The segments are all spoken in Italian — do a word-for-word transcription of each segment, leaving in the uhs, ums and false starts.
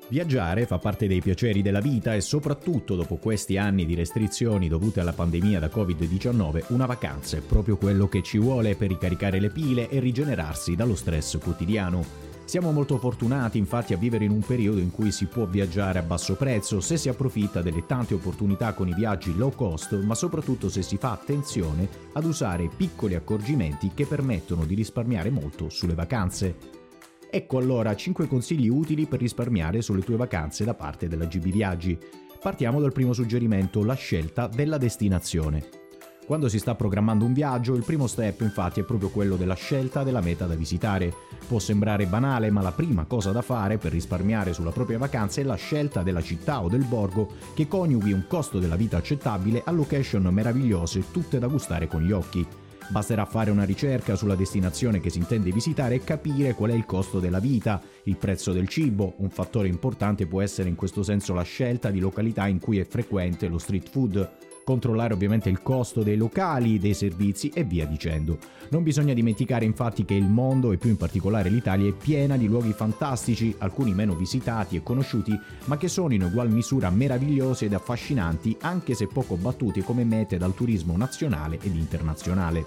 Viaggiare fa parte dei piaceri della vita e soprattutto dopo questi anni di restrizioni dovute alla pandemia da covid diciannove, una vacanza è proprio quello che ci vuole per ricaricare le pile e rigenerarsi dallo stress quotidiano. Siamo molto fortunati infatti a vivere in un periodo in cui si può viaggiare a basso prezzo se si approfitta delle tante opportunità con i viaggi low cost, ma soprattutto se si fa attenzione ad usare piccoli accorgimenti che permettono di risparmiare molto sulle vacanze. Ecco allora cinque consigli utili per risparmiare sulle tue vacanze da parte della G B Viaggi. Partiamo dal primo suggerimento, la scelta della destinazione. Quando si sta programmando un viaggio, il primo step infatti è proprio quello della scelta della meta da visitare. Può sembrare banale, ma la prima cosa da fare per risparmiare sulla propria vacanza è la scelta della città o del borgo che coniughi un costo della vita accettabile a location meravigliose, tutte da gustare con gli occhi. Basterà fare una ricerca sulla destinazione che si intende visitare e capire qual è il costo della vita, il prezzo del cibo. Un fattore importante può essere in questo senso la scelta di località in cui è frequente lo street food. Controllare ovviamente il costo dei locali, dei servizi e via dicendo. Non bisogna dimenticare infatti che il mondo e più in particolare l'Italia è piena di luoghi fantastici, alcuni meno visitati e conosciuti, ma che sono in ugual misura meravigliosi ed affascinanti anche se poco battute come mete dal turismo nazionale ed internazionale.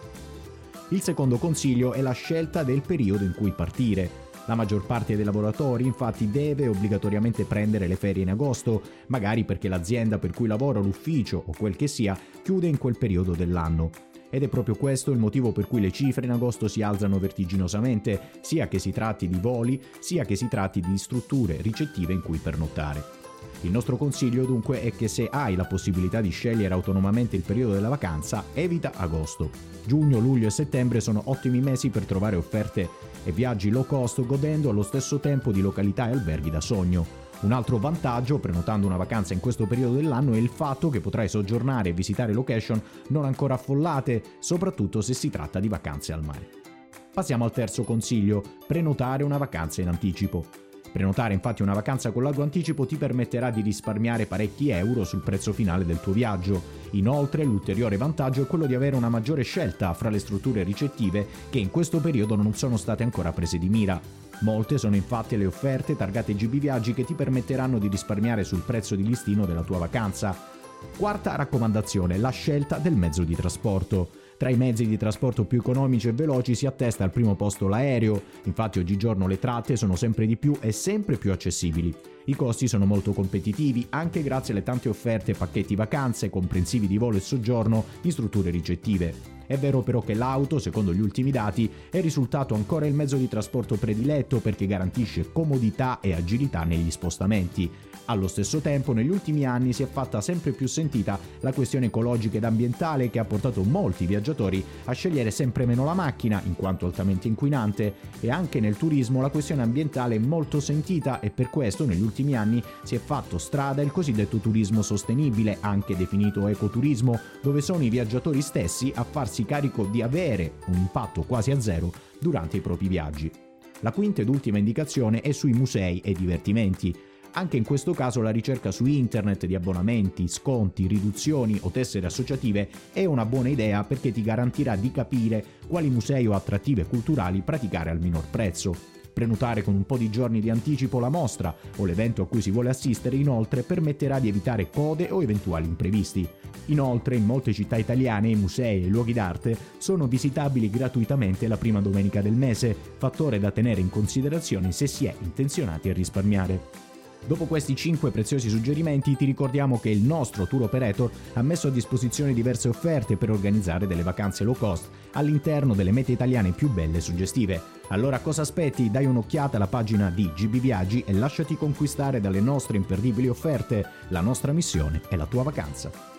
Il secondo consiglio è la scelta del periodo in cui partire. La maggior parte dei lavoratori infatti deve obbligatoriamente prendere le ferie in agosto, magari perché l'azienda per cui lavora, l'ufficio o quel che sia, chiude in quel periodo dell'anno. Ed è proprio questo il motivo per cui le cifre in agosto si alzano vertiginosamente, sia che si tratti di voli, sia che si tratti di strutture ricettive in cui pernottare. Il nostro consiglio dunque è che se hai la possibilità di scegliere autonomamente il periodo della vacanza, evita agosto. Giugno, luglio e settembre sono ottimi mesi per trovare offerte e viaggi low cost godendo allo stesso tempo di località e alberghi da sogno. Un altro vantaggio, prenotando una vacanza in questo periodo dell'anno, è il fatto che potrai soggiornare e visitare location non ancora affollate, soprattutto se si tratta di vacanze al mare. Passiamo al terzo consiglio, prenotare una vacanza in anticipo. Prenotare infatti una vacanza con largo anticipo ti permetterà di risparmiare parecchi euro sul prezzo finale del tuo viaggio. Inoltre l'ulteriore vantaggio è quello di avere una maggiore scelta fra le strutture ricettive che in questo periodo non sono state ancora prese di mira. Molte sono infatti le offerte targate G B Viaggi che ti permetteranno di risparmiare sul prezzo di listino della tua vacanza. Quarta raccomandazione, la scelta del mezzo di trasporto. Tra i mezzi di trasporto più economici e veloci si attesta al primo posto l'aereo, infatti oggigiorno le tratte sono sempre di più e sempre più accessibili. I costi sono molto competitivi anche grazie alle tante offerte e pacchetti vacanze comprensivi di volo e soggiorno in strutture ricettive. È vero però che l'auto, secondo gli ultimi dati, è risultato ancora il mezzo di trasporto prediletto perché garantisce comodità e agilità negli spostamenti. Allo stesso tempo, negli ultimi anni si è fatta sempre più sentita la questione ecologica ed ambientale che ha portato molti viaggiatori a scegliere sempre meno la macchina, in quanto altamente inquinante, e anche nel turismo la questione ambientale è molto sentita e per questo negli ultimi anni si è fatto strada il cosiddetto turismo sostenibile, anche definito ecoturismo, dove sono i viaggiatori stessi a farsi carico di avere un impatto quasi a zero durante i propri viaggi. La quinta ed ultima indicazione è sui musei e divertimenti. Anche in questo caso la ricerca su internet di abbonamenti, sconti, riduzioni o tessere associative è una buona idea perché ti garantirà di capire quali musei o attrattive culturali praticare al minor prezzo. Prenotare con un po' di giorni di anticipo la mostra o l'evento a cui si vuole assistere inoltre permetterà di evitare code o eventuali imprevisti. Inoltre in molte città italiane i musei e i luoghi d'arte sono visitabili gratuitamente la prima domenica del mese, fattore da tenere in considerazione se si è intenzionati a risparmiare. Dopo questi cinque preziosi suggerimenti ti ricordiamo che il nostro tour operator ha messo a disposizione diverse offerte per organizzare delle vacanze low cost all'interno delle mete italiane più belle e suggestive. Allora cosa aspetti? Dai un'occhiata alla pagina di G B Viaggi e lasciati conquistare dalle nostre imperdibili offerte. La nostra missione è la tua vacanza.